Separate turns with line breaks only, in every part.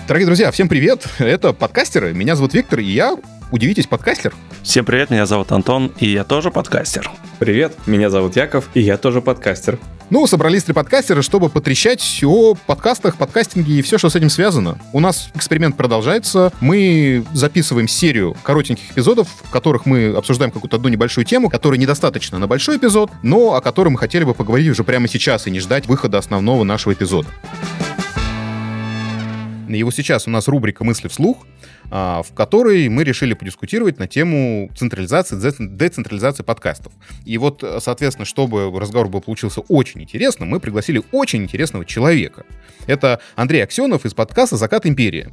Дорогие друзья, всем привет! Это подкастеры. Меня зовут Виктор, и я, удивитесь, подкастер.
Всем привет, меня зовут Антон, и я тоже подкастер.
Привет, меня зовут Яков, и я тоже подкастер.
Ну, собрались три подкастера, чтобы потрещать о подкастах, подкастинге и все, что с этим связано. У нас эксперимент продолжается. Мы записываем серию коротеньких эпизодов, в которых мы обсуждаем какую-то одну небольшую тему, которая недостаточно на большой эпизод, но о которой мы хотели бы поговорить уже прямо сейчас и не ждать выхода основного нашего эпизода. И вот сейчас у нас рубрика «Мысли вслух», в которой мы решили подискутировать на тему централизации, децентрализации подкастов. И вот, соответственно, чтобы разговор был получился очень интересным, мы пригласили очень интересного человека. Это Андрей Аксенов из подкаста «Закат империи».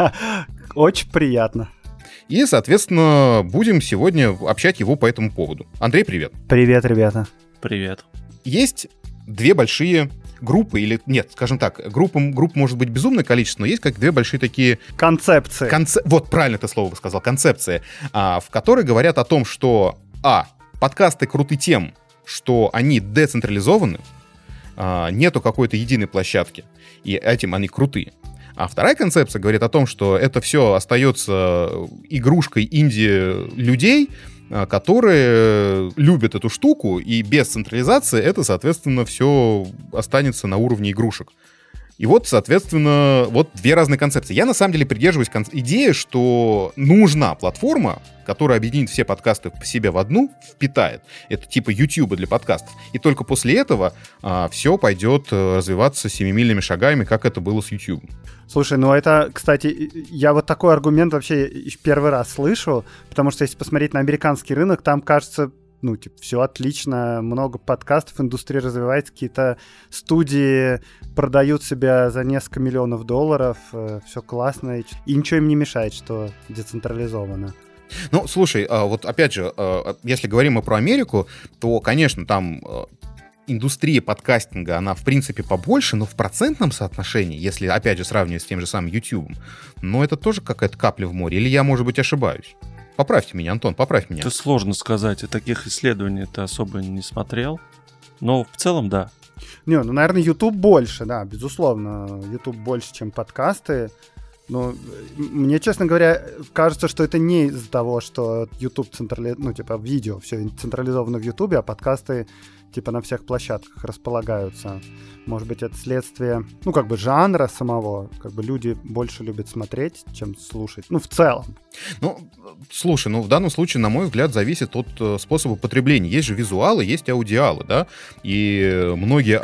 Очень приятно.
И, соответственно, будем сегодня общать его по этому поводу. Андрей, привет.
Привет, ребята.
Привет.
Есть две большие группы, или нет, скажем так, групп может быть безумное количество, но есть как две большие такие...
Концепции.
Вот, правильно ты слово сказал, концепции, в которой говорят о том, что, подкасты круты тем, что они децентрализованы, нету какой-то единой площадки, и этим они круты. А вторая концепция говорит о том, что это все остается игрушкой инди-людей, которые любят эту штуку, и без централизации это, соответственно, все останется на уровне игрушек. И вот, соответственно, вот две разные концепции. Я, на самом деле, придерживаюсь идеи, что нужна платформа, которая объединит все подкасты в себе в одну, впитает. Это типа YouTube для подкастов. И только после этого все пойдет развиваться семимильными шагами, как это было с YouTube.
Слушай, ну это, кстати, я вот такой аргумент вообще первый раз слышу, потому что если посмотреть на американский рынок, там, кажется, все отлично, много подкастов, индустрия развивается, какие-то студии продают себя за несколько миллионов долларов, все классно, и ничего им не мешает, что децентрализовано.
Ну, слушай, вот опять же, если говорим мы про Америку, то, конечно, там индустрия подкастинга, она, в принципе, побольше, но в процентном соотношении, если, опять же, сравнивать с тем же самым YouTube, это тоже какая-то капля в море, или я, может быть, ошибаюсь? Поправьте меня, Антон, поправь меня.
Это сложно сказать, я таких исследований ты особо не смотрел, но в целом, да.
Наверное, YouTube больше, да, безусловно, YouTube больше, чем подкасты. Но мне, честно говоря, кажется, что это не из-за того, что YouTube видео все централизовано в YouTube, а подкасты на всех площадках располагаются. Может быть, это следствие, жанра самого. Люди больше любят смотреть, чем слушать. В целом.
Слушай, в данном случае, на мой взгляд, зависит от способа потребления. Есть же визуалы, есть аудиалы, да? И многие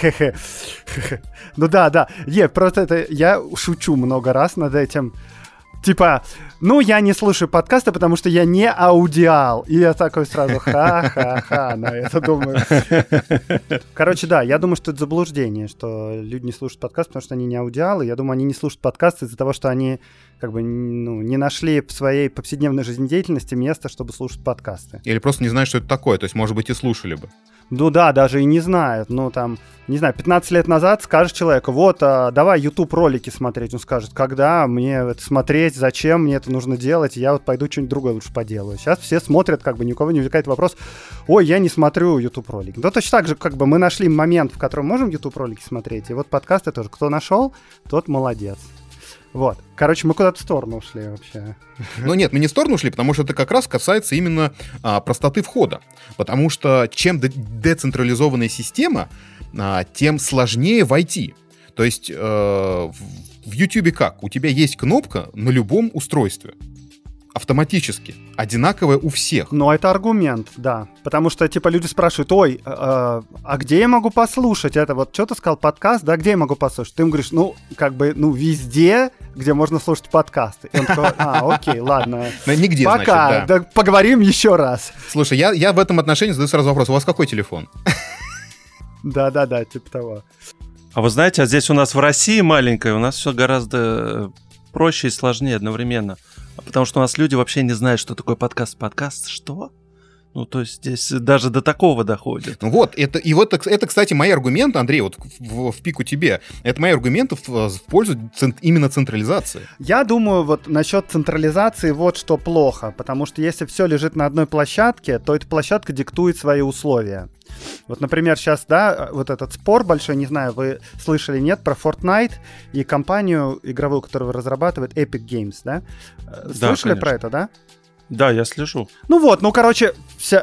да. Просто это я шучу много раз над этим. Я не слушаю подкасты, потому что я не аудиал. И я такой сразу ха-ха-ха на это думаю. Короче, да, я думаю, что это заблуждение, что люди не слушают подкасты, потому что они не аудиалы. Я думаю, они не слушают подкасты из-за того, что они не нашли в своей повседневной жизнедеятельности место, чтобы слушать подкасты.
Или просто не знают, что это такое. То есть, может быть, и слушали бы.
Даже и не знают. 15 лет назад скажешь человеку, давай YouTube-ролики смотреть. Он скажет, когда мне это смотреть, зачем мне это нужно делать, я пойду что-нибудь другое лучше поделаю. Сейчас все смотрят, ни у кого не возникает вопрос, я не смотрю YouTube-ролики. Точно так же, мы нашли момент, в котором можем YouTube-ролики смотреть, и подкасты тоже. Кто нашел, тот молодец. Короче, мы куда-то в сторону ушли вообще.
Нет, мы не в сторону ушли, потому что это как раз касается именно простоты входа. Потому что чем децентрализованная система, тем сложнее войти. То есть в YouTube как? У тебя есть кнопка на любом устройстве. Автоматически. Одинаковая у всех.
Но это аргумент, да. Потому что, люди спрашивают, а где я могу послушать это? Что ты сказал, подкаст, да, где я могу послушать? Ты ему говоришь, везде, где можно слушать подкасты. И он такой, окей, ладно.
Нигде,
пока,
значит, да.
Поговорим еще раз.
Слушай, я в этом отношении задаю сразу вопрос, у вас какой телефон?
Да, того.
А вы знаете, здесь у нас в России маленькая, у нас все гораздо проще и сложнее одновременно. Потому что у нас люди вообще не знают, что такое подкаст. Подкаст что? Ну, то есть здесь даже до такого доходит.
Ну вот, это, кстати, мои аргументы, Андрей, вот в пику тебе, это мои аргументы в пользу именно централизации.
Я думаю, вот насчет централизации вот что плохо, потому что если все лежит на одной площадке, то эта площадка диктует свои условия. Вот, например, сейчас, да, вот этот спор большой, не знаю, вы слышали, нет, про Fortnite и компанию игровую, которую разрабатывает Epic Games, да? Слышали про это, да?
Да, я слежу.
Ну вот, короче,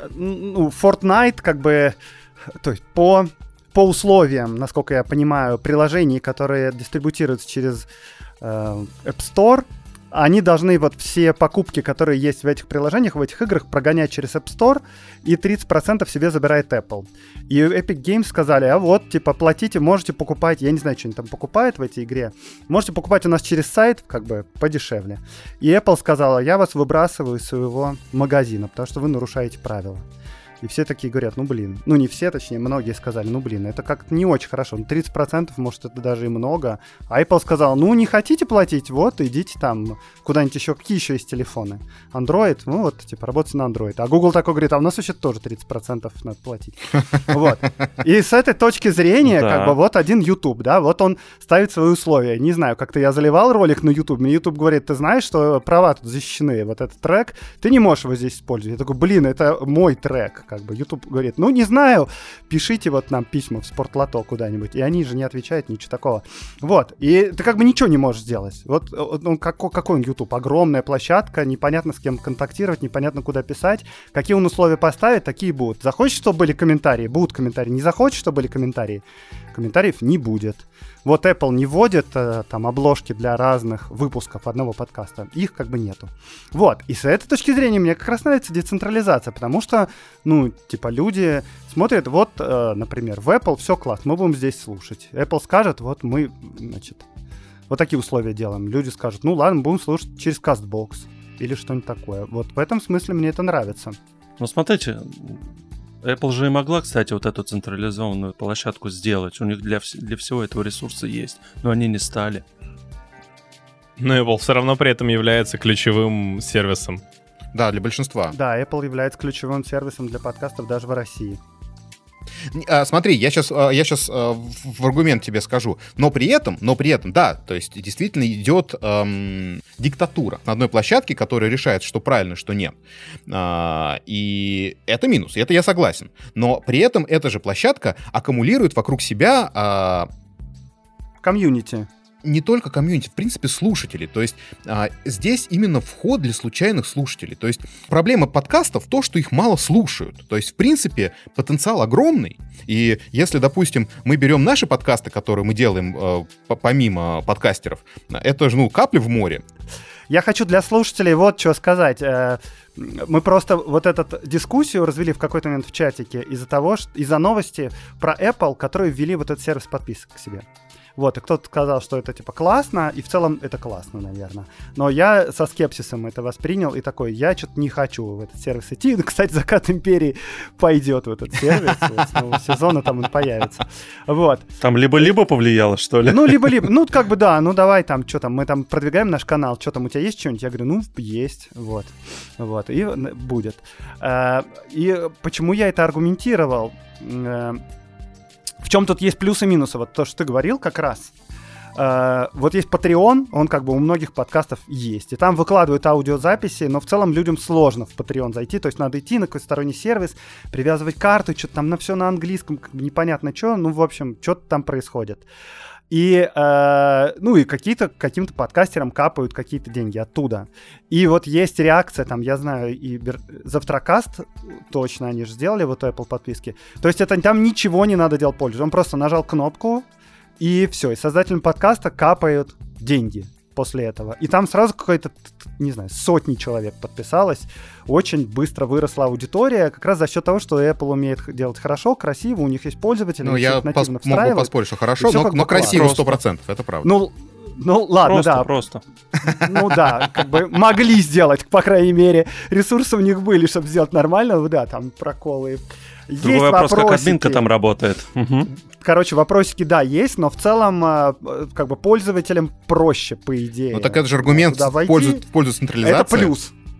Fortnite как бы, то есть по условиям, насколько я понимаю, приложений, которые дистрибутируются через App Store, они должны вот все покупки, которые есть в этих приложениях, в этих играх, прогонять через App Store, и 30% себе забирает Apple. И Epic Games сказали, а вот, типа, платите, можете покупать, я не знаю, что они там покупают в этой игре, можете покупать у нас через сайт, как бы, подешевле. И Apple сказала, я вас выбрасываю из своего магазина, потому что вы нарушаете правила. И все такие говорят, не все, точнее, многие сказали, это как-то не очень хорошо. 30%, может, это даже и много. А Apple сказал, не хотите платить, вот, идите там куда-нибудь еще. Какие еще есть телефоны? Android? Работайте на Android. А Google такой говорит, а у нас вообще тоже 30% надо платить. Вот. И с этой точки зрения, как бы, вот один YouTube, да, вот он ставит свои условия. Не знаю, как-то я заливал ролик на YouTube, мне YouTube говорит, ты знаешь, что права тут защищены, вот этот трек, ты не можешь его здесь использовать. Я такой, это мой трек. Как бы YouTube говорит, не знаю, пишите вот нам письма в Спортлото куда-нибудь, и они же не отвечают, ничего такого. Вот, и ты как бы ничего не можешь сделать. Вот он какой он YouTube? Огромная площадка, непонятно с кем контактировать, непонятно куда писать. Какие он условия поставит, такие будут. Захочешь, чтобы были комментарии? Будут комментарии. Не захочешь, чтобы были комментарии? Комментариев не будет. Вот Apple не вводит там обложки для разных выпусков одного подкаста. Их как бы нету. Вот. И с этой точки зрения мне как раз нравится децентрализация, потому что, люди смотрят, вот, например, в Apple все классно, мы будем здесь слушать. Apple скажет, вот мы, вот такие условия делаем. Люди скажут, ладно, будем слушать через CastBox или что-нибудь такое. Вот в этом смысле мне это нравится.
Смотрите, Apple же и могла, кстати, вот эту централизованную площадку сделать. У них для всего этого ресурса есть. Но они не стали.
Но Apple все равно при этом является ключевым сервисом.
Да, для большинства.
Да, Apple является ключевым сервисом для подкастов даже в России.
Смотри, я сейчас в аргумент тебе скажу. Но при этом, да, то есть действительно идет диктатура на одной площадке, которая решает, что правильно, что нет. И это минус, это я согласен. Но при этом эта же площадка аккумулирует вокруг себя...
комьюнити.
Не только комьюнити, в принципе, слушателей. То есть здесь именно вход для случайных слушателей. То есть проблема подкастов в том, что их мало слушают. То есть, в принципе, потенциал огромный. И если, допустим, мы берем наши подкасты, которые мы делаем помимо подкастеров, это же, капли в море.
Я хочу для слушателей вот что сказать. Мы просто вот эту дискуссию развели в какой-то момент в чатике из-за новости про Apple, которые ввели вот этот сервис подписок к себе. Вот, и кто-то сказал, что это, классно, и в целом это классно, наверное. Но я со скепсисом это воспринял, и такой, я что-то не хочу в этот сервис идти. Кстати, «Закат империи» пойдет в этот сервис, с нового сезона там он появится. Вот.
Там либо-либо повлияло, что ли?
Либо-либо, как бы да, давай там, что там, мы там продвигаем наш канал, что там, у тебя есть что-нибудь? Я говорю, есть, вот, и будет. И почему я это аргументировал? В чем тут есть плюсы и минусы? Вот то, что ты говорил как раз. Вот есть Patreon, он как бы у многих подкастов есть. И там выкладывают аудиозаписи, но в целом людям сложно в Patreon зайти. То есть надо идти на какой-то сторонний сервис, привязывать карту, что-то там на все на английском, как бы непонятно что. В общем, что-то там происходит. И, и каким-то подкастерам капают какие-то деньги оттуда. И вот есть реакция, там, я знаю, и Завтракаст, точно они же сделали вот Apple подписки. То есть там ничего не надо делать пользователю. Он просто нажал кнопку, и все. И создателям подкаста капают деньги после этого. И там сразу какой-то, не знаю, сотни человек подписалось. Очень быстро выросла аудитория, как раз за счет того, что Apple умеет делать хорошо, красиво, у них есть пользователи.
Я могу поспорить, что хорошо, но красиво 100%, это правда.
Ладно,
Просто.
Да, как бы могли сделать, по крайней мере. Ресурсы у них были, чтобы сделать нормально. Да, там проколы.
Другой вопрос, как админка там работает.
Короче, вопросики, да, есть, но в целом как бы пользователям проще, по идее.
Так это же аргумент в пользу централизации.
Это плюс.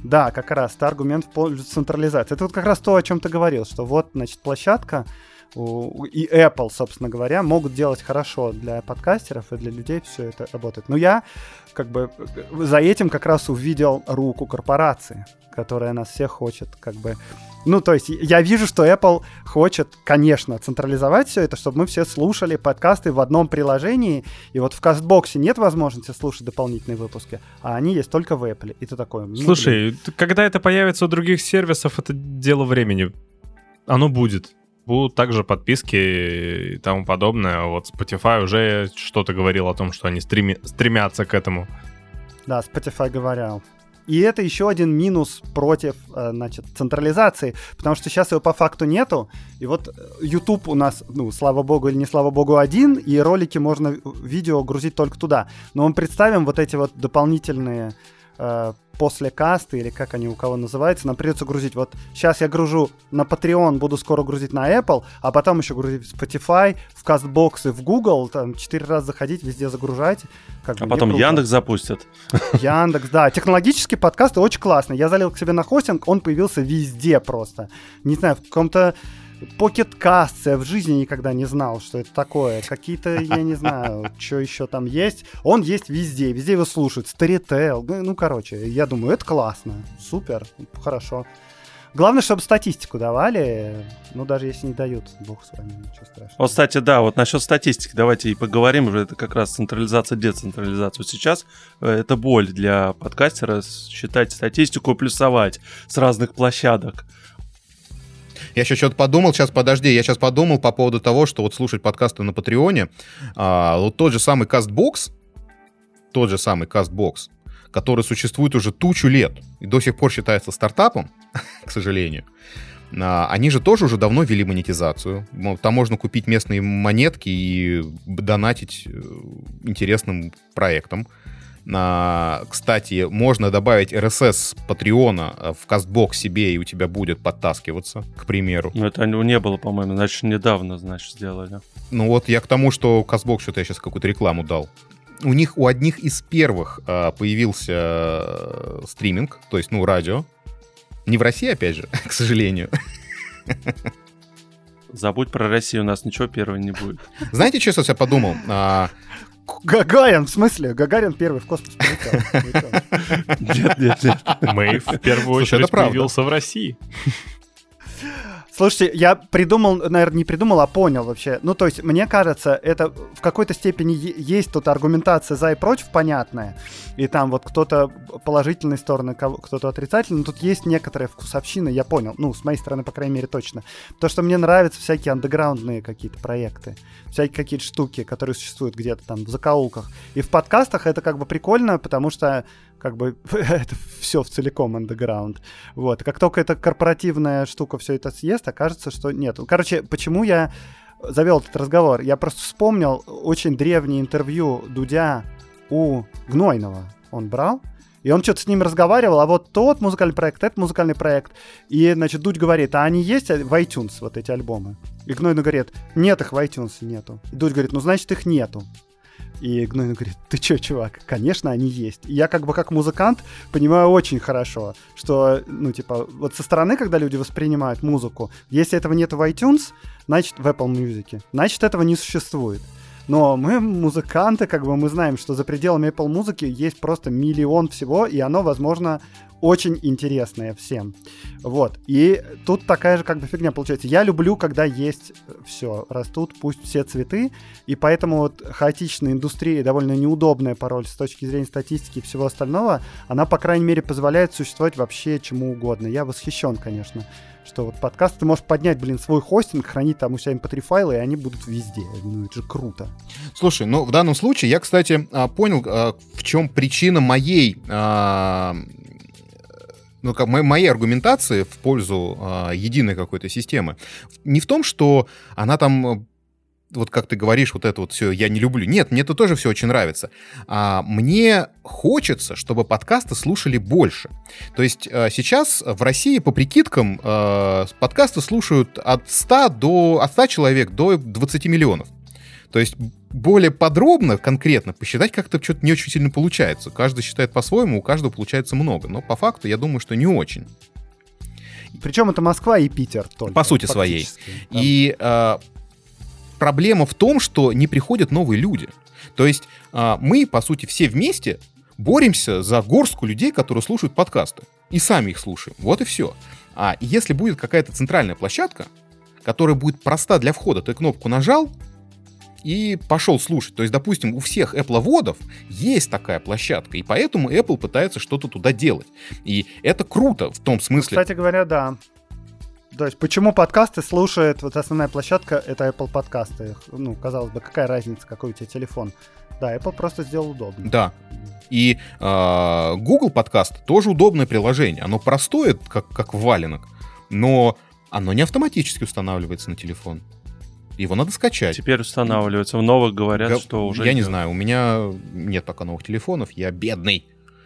Да, как раз, это аргумент в пользу централизации. Это вот как раз то, о чем ты говорил, что вот, значит, площадка и Apple, собственно говоря, могут делать хорошо для подкастеров и для людей, все это работает. Но я как бы за этим как раз увидел руку корпорации, которая нас всех хочет как бы... Ну, то есть я вижу, что Apple хочет, конечно, централизовать все это, чтобы мы все слушали подкасты в одном приложении, и вот в Кастбоксе нет возможности слушать дополнительные выпуски, а они есть только в Apple. И ты такой... Ну,
Слушай, когда это появится у других сервисов, это дело времени. Оно будет. Будут также подписки и тому подобное. Вот Spotify уже что-то говорил о том, что они стремятся к этому.
Да, Spotify говорил. И это еще один минус против, значит, централизации, потому что сейчас его по факту нету, и вот YouTube у нас, ну, слава богу или не слава богу, один, и ролики можно, видео грузить только туда. Но мы представим вот эти вот дополнительные послекасты, или как они у кого называются, нам придется грузить. Вот сейчас я гружу на Patreon, буду скоро грузить на Apple, а потом еще грузить в Spotify, в CastBox и в Google, там 4 раза заходить, везде загружать.
А потом Яндекс запустят.
Яндекс, да. Технологически подкасты очень классные. Я залил к себе на хостинг, он появился везде просто. Не знаю, в каком-то Pocket Cast я в жизни никогда не знал, что это такое. Какие-то, я не знаю, что еще там есть. Он есть везде, везде его слушают. Storytel, ну, короче, я думаю, это классно, супер, хорошо. Главное, чтобы статистику давали, ну, даже если не дают, бог с вами, ничего страшного.
Вот, кстати, да, вот насчет статистики давайте и поговорим уже, это как раз централизация, децентрализация. Вот сейчас это боль для подкастера считать статистику и плюсовать с разных площадок.
Я еще что-то подумал, сейчас подожди, я сейчас подумал по поводу того, что вот слушать подкасты на Патреоне, вот тот же самый CastBox, который существует уже тучу лет и до сих пор считается стартапом, к сожалению, они же тоже уже давно ввели монетизацию. Там можно купить местные монетки и донатить интересным проектам. Кстати, можно добавить RSS Патреона в CastBox себе, и у тебя будет подтаскиваться, к примеру.
Ну, это не было, по-моему, значит, недавно, сделали.
Ну, вот я к тому, что CastBox, что-то я сейчас какую-то рекламу дал. У одних из первых появился стриминг, то есть, ну, радио. Не в России, опять же, к сожалению.
Забудь про Россию, у нас ничего первого не будет.
Знаете, что я подумал?
Гагарин, в смысле? Гагарин первый в космос полетел.
Нет.
Мэйв в первую очередь появился в России.
Слушайте, я придумал, наверное, не придумал, а понял вообще. Ну, то есть, мне кажется, это в какой-то степени есть тут аргументация за и против понятная. И там вот кто-то положительные стороны, кто-то отрицательные. Но тут есть некоторая вкусовщина, я понял. Ну, с моей стороны, по крайней мере, точно. Потому что мне нравятся всякие андеграундные какие-то проекты. Всякие какие-то штуки, которые существуют где-то там в закоулках. И в подкастах это как бы прикольно, потому что как бы это все в целиком андеграунд. Вот. И как только эта корпоративная штука все это съест, окажется, что нет. Короче, почему я завел этот разговор? Я просто вспомнил очень древнее интервью Дудя у Гнойного. Он брал, и он что-то с ним разговаривал, а вот тот музыкальный проект, этот музыкальный проект. И, значит, Дудь говорит, а они есть в iTunes, вот эти альбомы? И Гнойный говорит, нет их в iTunes, нету. И Дудь говорит, ну, значит, их нету. И Гнойный говорит, ты чё, чувак, конечно, они есть. И я как бы как музыкант понимаю очень хорошо, что, ну, типа, вот со стороны, когда люди воспринимают музыку, если этого нет в iTunes, значит, в Apple Music, значит, этого не существует. Но мы, музыканты, как бы мы знаем, что за пределами Apple музыки есть просто миллион всего, и оно, возможно, очень интересное всем. Вот. И тут такая же как бы фигня получается. Я люблю, когда есть все. Растут пусть все цветы, и поэтому вот хаотичная индустрия, довольно неудобная порой с точки зрения статистики и всего остального, она, по крайней мере, позволяет существовать вообще чему угодно. Я восхищен, конечно, что вот подкаст ты можешь поднять, свой хостинг, хранить там у себя MP3 файлы, и они будут везде. Ну, это же круто.
Слушай, ну, в данном случае я, кстати, понял, в чем причина моей моей аргументации в пользу единой какой-то системы. Не в том, что она там, вот как ты говоришь, вот это вот все я не люблю. Нет, мне это тоже все очень нравится. Мне хочется, чтобы подкасты слушали больше. То есть сейчас в России, по прикидкам, подкасты слушают от 100 человек до 20 миллионов. То есть более подробно, конкретно посчитать как-то что-то не очень сильно получается. Каждый считает по-своему, у каждого получается много. Но по факту я думаю, что не очень.
Причем это Москва и Питер только.
По сути своей.
Да.
И проблема в том, что не приходят новые люди. То есть мы, по сути, все вместе боремся за горстку людей, которые слушают подкасты. И сами их слушаем. Вот и все. А если будет какая-то центральная площадка, которая будет проста для входа, ты кнопку нажал и пошел слушать. То есть, допустим, у всех Apple-водов есть такая площадка, и поэтому Apple пытается что-то туда делать. И это круто в том смысле...
Кстати говоря, да. То есть, почему подкасты слушает, вот основная площадка — это Apple подкасты. Ну, казалось бы, какая разница, какой у тебя телефон. Да, Apple просто сделал удобно.
Да. И Google подкаст тоже удобное приложение. Оно простое, как валенок, но оно не автоматически устанавливается на телефон. Его надо скачать.
Теперь устанавливается. В новых говорят, что уже...
Я не знаю, у меня нет пока новых телефонов, я бедный.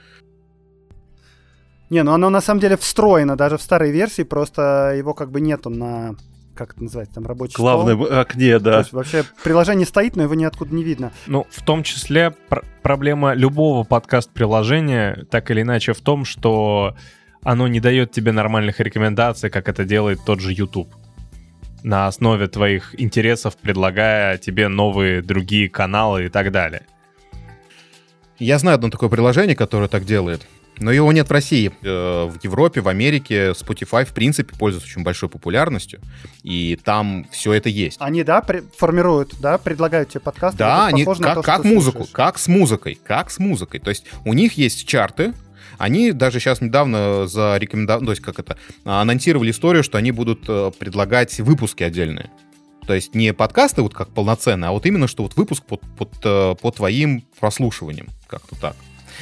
Не, ну оно на самом деле встроено даже в старой версии, просто его как бы нету на... Как это называется, там рабочий стол.
Главное окне, да.
То есть вообще приложение стоит, но его ниоткуда не видно.
Ну, в том числе проблема любого подкаст-приложения так или иначе в том, что оно не дает тебе нормальных рекомендаций, как это делает тот же YouTube. На основе твоих интересов, предлагая тебе новые другие каналы и так далее.
Я знаю одно такое приложение, которое так делает. Но его нет в России. В Европе, в Америке Spotify, в принципе, пользуется очень большой популярностью. И там все это есть.
Они, да, формируют, да, предлагают тебе подкасты.
Да, они как музыку, как с музыкой. То есть у них есть чарты. Они даже сейчас недавно зарекомендовали, то есть как это, анонсировали историю, что они будут предлагать выпуски отдельные. То есть не подкасты вот как полноценные, а вот именно что вот выпуск по твоим прослушиваниям. Как-то так.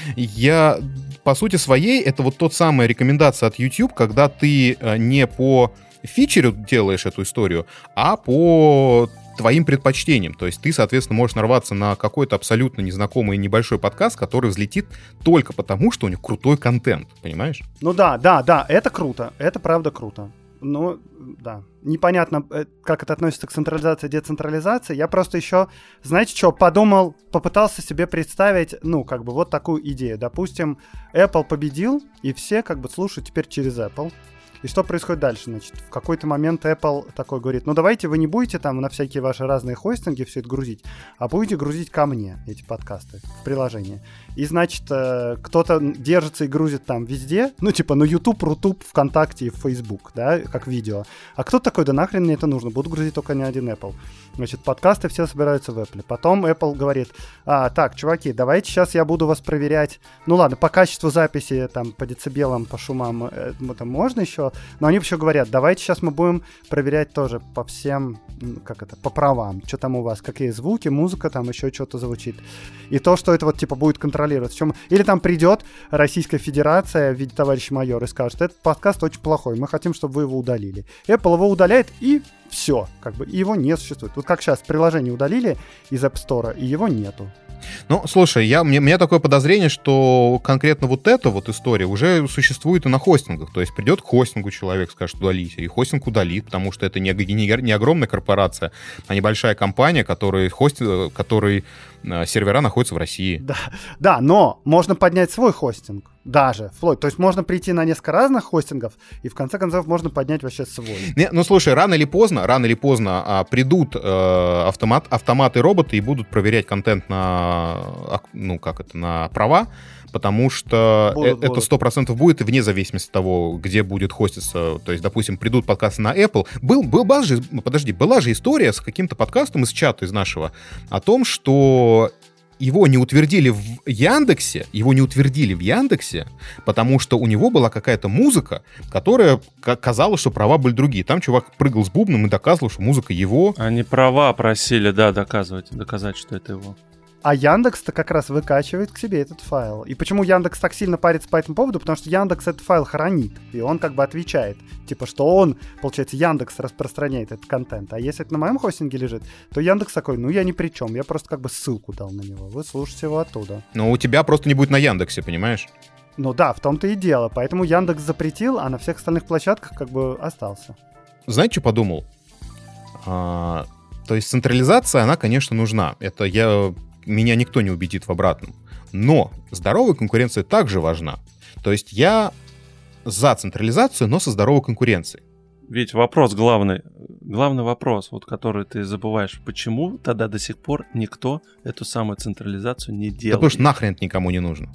Я, по сути своей, это вот тот самая рекомендация от YouTube, когда ты не по фичеру делаешь эту историю, а по твоим предпочтениям. То есть ты, соответственно, можешь нарваться на какой-то абсолютно незнакомый небольшой подкаст, который взлетит только потому, что у них крутой контент, понимаешь?
Ну да, это круто, это правда круто. Ну, да. Непонятно, как это относится к централизации и децентрализации. Я просто еще, знаете что, подумал, попытался себе представить, ну, как бы вот такую идею. Допустим, Apple победил, и все как бы слушают теперь через Apple. И что происходит дальше? Значит, в какой-то момент Apple такой говорит, ну давайте вы не будете там на всякие ваши разные хостинги все это грузить, а будете грузить ко мне эти подкасты в приложение. И, значит, кто-то держится и грузит там везде, ну типа на YouTube, Рутуб, ВКонтакте и в Facebook, да, как видео. А кто такой, да нахрен мне это нужно, буду грузить только не один Apple. Значит, подкасты все собираются в Apple. Потом Apple говорит, так, чуваки, давайте сейчас я буду вас проверять. Ну ладно, по качеству записи, там, по децибелам, по шумам, там можно еще. Но они еще говорят, давайте сейчас мы будем проверять тоже по всем, как это, по правам. Что там у вас, какие звуки, музыка, там еще что-то звучит. И то, что это вот типа будет контролироваться. Или там придет Российская Федерация в виде товарища майора и скажет, этот подкаст очень плохой, мы хотим, чтобы вы его удалили. Apple его удаляет и все, как бы, и его не существует. Вот как сейчас приложение удалили из App Store, и его нету.
Ну, слушай, у меня такое подозрение, что конкретно вот эта вот история уже существует и на хостингах. То есть придет к хостингу человек, скажет удалите, и хостинг удалит, потому что это не огромная корпорация, а небольшая компания, которой сервера находятся в России.
Да, но можно поднять свой хостинг. Даже, вплоть. То есть можно прийти на несколько разных хостингов, и в конце концов можно поднять вообще свой.
Ну, слушай, рано или поздно придут автоматы-роботы и будут проверять контент на права, потому что это 100% будет, и вне зависимости от того, где будет хоститься. То есть, допустим, придут подкасты на Apple. Была же история с каким-то подкастом из чата из нашего о том, что его не утвердили в Яндексе, потому что у него была какая-то музыка, которая казалось, что права были другие. Там чувак прыгал с бубном и доказывал, что музыка его.
Они права просили, да, доказать, что это его.
А Яндекс-то как раз выкачивает к себе этот файл. И почему Яндекс так сильно парится по этому поводу? Потому что Яндекс этот файл хранит, и он как бы отвечает. Типа, что он, получается, Яндекс распространяет этот контент. А если это на моем хостинге лежит, то Яндекс такой, ну я ни при чем, я просто как бы ссылку дал на него. Вы слушаете его оттуда.
Но у тебя просто не будет на Яндексе, понимаешь?
Ну да, в том-то и дело. Поэтому Яндекс запретил, а на всех остальных площадках как бы остался.
Знаете, что подумал? То есть централизация, она, конечно, нужна. Меня никто не убедит в обратном. Но здоровая конкуренция также важна. То есть я за централизацию, но со здоровой конкуренцией.
Ведь вопрос главный вопрос, вот который ты забываешь, почему тогда до сих пор никто эту самую централизацию не
Да
делает?
потому что нахрен это никому не нужно.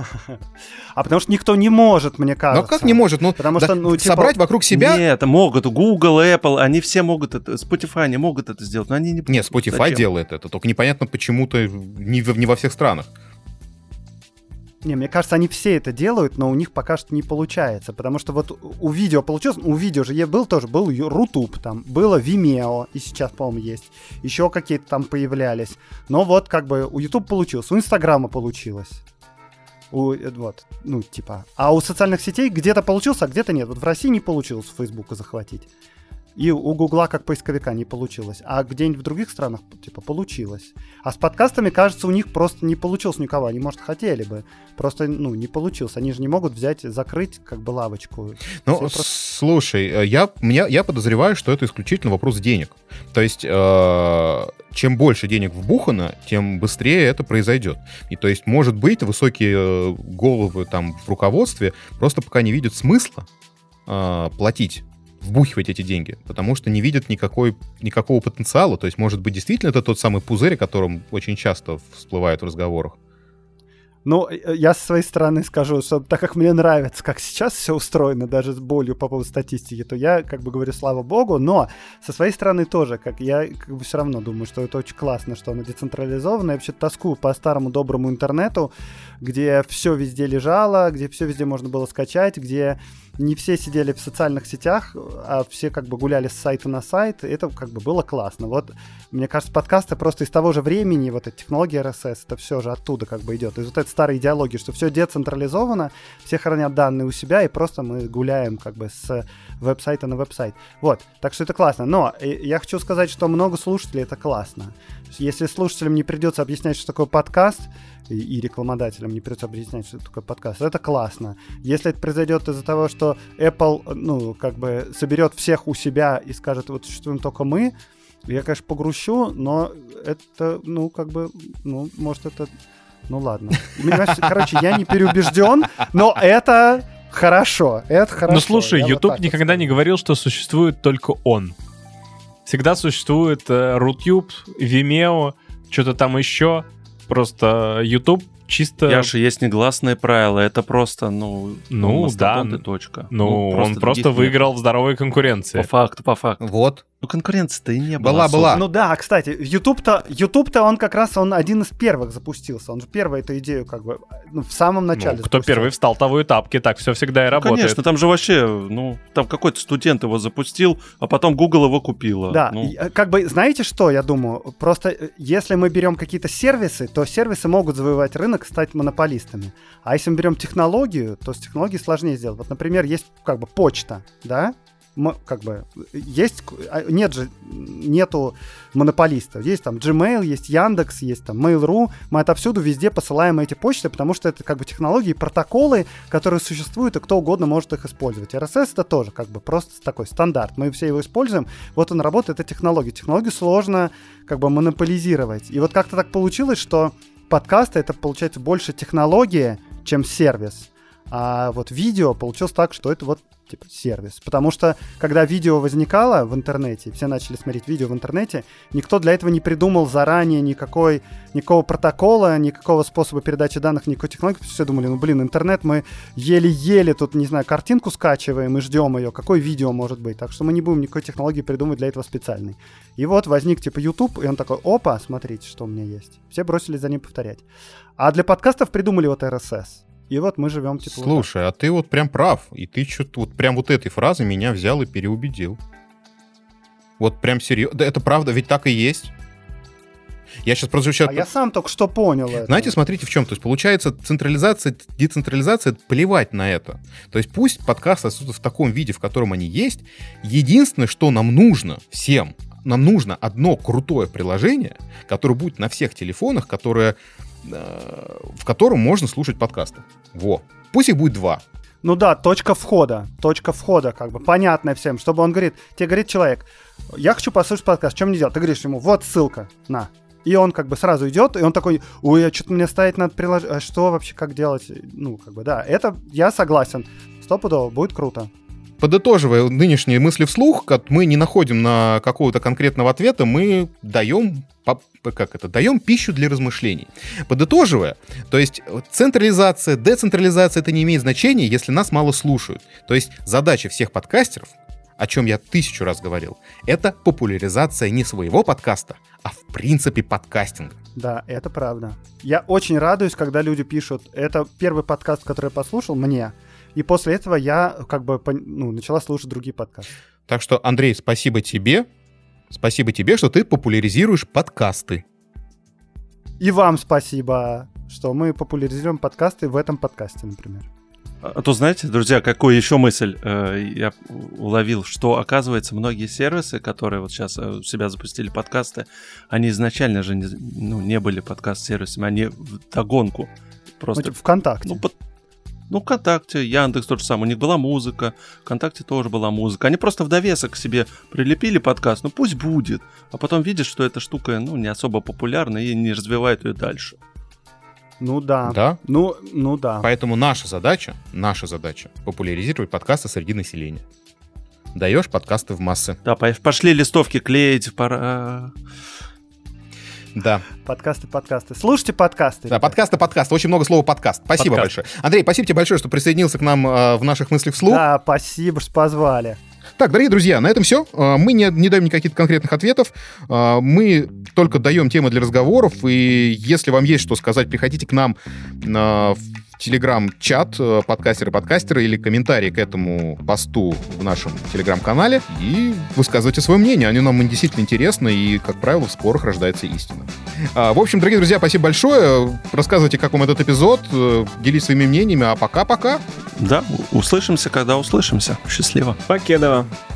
А потому что никто не может, мне кажется.
Ну как не может?
Потому что,
собрать вокруг себя...
Нет, могут. Google, Apple, они все могут это. Spotify, они могут это сделать, но они не...
Нет, Spotify
Зачем?
делает это, только непонятно почему-то не во всех странах.
Не, мне кажется, они все это делают, но у них пока что не получается, потому что вот у видео получилось, у видео же был Рутуб, там было Vimeo, и сейчас, по-моему, есть, еще какие-то там появлялись, но вот как бы у YouTube получилось, у Инстаграма получилось, а у социальных сетей где-то получился, а где-то нет, вот в России не получилось Фейсбука захватить. И у Гугла как поисковика не получилось. А где-нибудь в других странах, получилось. А с подкастами, кажется, у них просто не получилось никого. Они, может, хотели бы. Просто, не получилось. Они же не могут взять, закрыть, лавочку.
Ну, слушай, я подозреваю, что это исключительно вопрос денег. То есть, чем больше денег вбухано, тем быстрее это произойдет. И то есть, может быть, высокие головы там в руководстве просто пока не видят смысла платить, вбухивать эти деньги, потому что не видят никакого потенциала. То есть, может быть, действительно это тот самый пузырь, о котором очень часто всплывает в разговорах.
Ну, я со своей стороны скажу, что так как мне нравится, как сейчас все устроено, даже с болью по поводу статистики, то я говорю, слава богу, но со своей стороны тоже, я все равно думаю, что это очень классно, что оно децентрализовано. Я вообще тоскую по старому доброму интернету, где все везде лежало, где все везде можно было скачать, где не все сидели в социальных сетях, а все гуляли с сайта на сайт, и это было классно. Вот, мне кажется, подкасты просто из того же времени, вот эта технология RSS, это все же оттуда идет. Из вот этой старой идеологии, что все децентрализовано, все хранят данные у себя, и просто мы гуляем с веб-сайта на веб-сайт. Вот, так что это классно. Но я хочу сказать, что много слушателей это классно. Если слушателям не придется объяснять, что такое подкаст, и рекламодателям не придется объяснять, что такое подкаст, это классно. Если это произойдет из-за того, что Apple, соберет всех у себя и скажет, вот существуем только мы, я, конечно, погрущу, но это, может, это... Ну, ладно. Короче, я не переубежден, но это хорошо. Это хорошо.
Ну, слушай, YouTube никогда не говорил, что существует только он. Всегда существует Рутуб, Vimeo, что-то там еще. Просто YouTube чисто...
Яша, есть негласные правила, это просто,
да.
И точка.
Он просто выиграл в здоровой конкуренции.
По факту.
Вот.
Конкуренции-то и не было.
Была.
Ну да, кстати, YouTube-то он как раз, он один из первых запустился. Он же первую эту идею в самом начале
кто первый встал, того и тапки. Так все всегда и работает.
Конечно, там же вообще, там какой-то студент его запустил, а потом Google его купила.
Да, знаете что, я думаю? Просто если мы берем какие-то сервисы, то сервисы могут завоевать рынок, стать монополистами. А если мы берем технологию, то с технологией сложнее сделать. Вот, например, есть почта, да? Нету монополистов. Есть там Gmail, есть Яндекс, есть там Mail.ru. Мы отовсюду везде посылаем эти почты, потому что это технологии, протоколы, которые существуют, и кто угодно может их использовать. RSS это тоже просто такой стандарт. Мы все его используем. Вот он работает, это технология. Технологию сложно монополизировать. И вот как-то так получилось, что подкасты это получается больше технология, чем сервис. А вот видео получилось так, что это сервис. Потому что, когда видео возникало в интернете, все начали смотреть видео в интернете, никто для этого не придумал заранее никакого протокола, никакого способа передачи данных, никакой технологии. Все думали, интернет, мы еле-еле тут, не знаю, картинку скачиваем и ждем ее. Какое видео может быть? Так что мы не будем никакой технологии придумывать для этого специальной. И вот возник YouTube, и он такой, опа, смотрите, что у меня есть. Все бросились за ним повторять. А для подкастов придумали RSS. И вот мы живем
Слушай, а ты прям прав. И ты что-то прям этой фразы меня взял и переубедил. Вот прям серьезно. Да это правда, ведь так и есть. Я сейчас прозвучал...
А я сам только что понял это.
Знаете, смотрите в чем. То есть получается централизация, децентрализация, плевать на это. То есть пусть подкасты в таком виде, в котором они есть. Единственное, что нам нужно всем, нам нужно одно крутое приложение, которое будет на всех телефонах, в котором можно слушать подкасты. Пусть их будет 2.
Ну да, точка входа, как бы, понятная всем, чтобы он говорит, тебе говорит человек, я хочу послушать подкаст, что мне делать? Ты говоришь ему, вот ссылка, на. И он как бы сразу идет, и он такой, ой, а что-то мне ставить надо приложить, а что вообще, как делать? Ну, как бы, да, это я согласен, стопудово, будет круто.
Подытоживая нынешние мысли вслух, как мы не находим на какого-то конкретного ответа, мы даем пищу для размышлений. Подытоживая, то есть централизация, децентрализация — это не имеет значения, если нас мало слушают. То есть задача всех подкастеров, о чем я 1000 раз говорил, это популяризация не своего подкаста, а в принципе подкастинга.
Да, это правда. Я очень радуюсь, когда люди пишут, это первый подкаст, который я послушал, мне, и после этого я как бы начала слушать другие подкасты.
Так что, Андрей, спасибо тебе, что ты популяризируешь подкасты.
И вам спасибо, что мы популяризируем подкасты в этом подкасте, например.
А то, знаете, друзья, какую еще мысль я уловил, что, оказывается, многие сервисы, которые вот сейчас у себя запустили подкасты, они изначально же не были подкаст-сервисами, они вдогонку просто...
Типа ВКонтакте.
ВКонтакте, Яндекс тот же самый, у них была музыка, ВКонтакте тоже была музыка. Они просто в довесок к себе прилепили подкаст, пусть будет. А потом видишь, что эта штука, не особо популярна и не развивает ее дальше.
Ну да.
Да?
Ну да.
Поэтому наша задача популяризировать подкасты среди населения. Даешь подкасты в массы.
Да, пошли листовки клеить, пора...
Да.
Подкасты. Слушайте подкасты.
Да, подкасты. Очень много слова подкаст. Спасибо большое. Андрей, спасибо тебе большое, что присоединился к нам в наших мыслях вслух.
Да, спасибо, что позвали.
Так, дорогие друзья, на этом все. Мы не даем никаких конкретных ответов. Мы только даем темы для разговоров. И если вам есть что сказать, приходите к нам в телеграм-чат подкастеры или комментарии к этому посту в нашем телеграм-канале и высказывайте свое мнение. Оно нам действительно интересно, и, как правило, в спорах рождается истина. В общем, дорогие друзья, спасибо большое. Рассказывайте, как вам этот эпизод, делитесь своими мнениями, а пока-пока.
Да, услышимся, когда услышимся. Счастливо.
Покедова.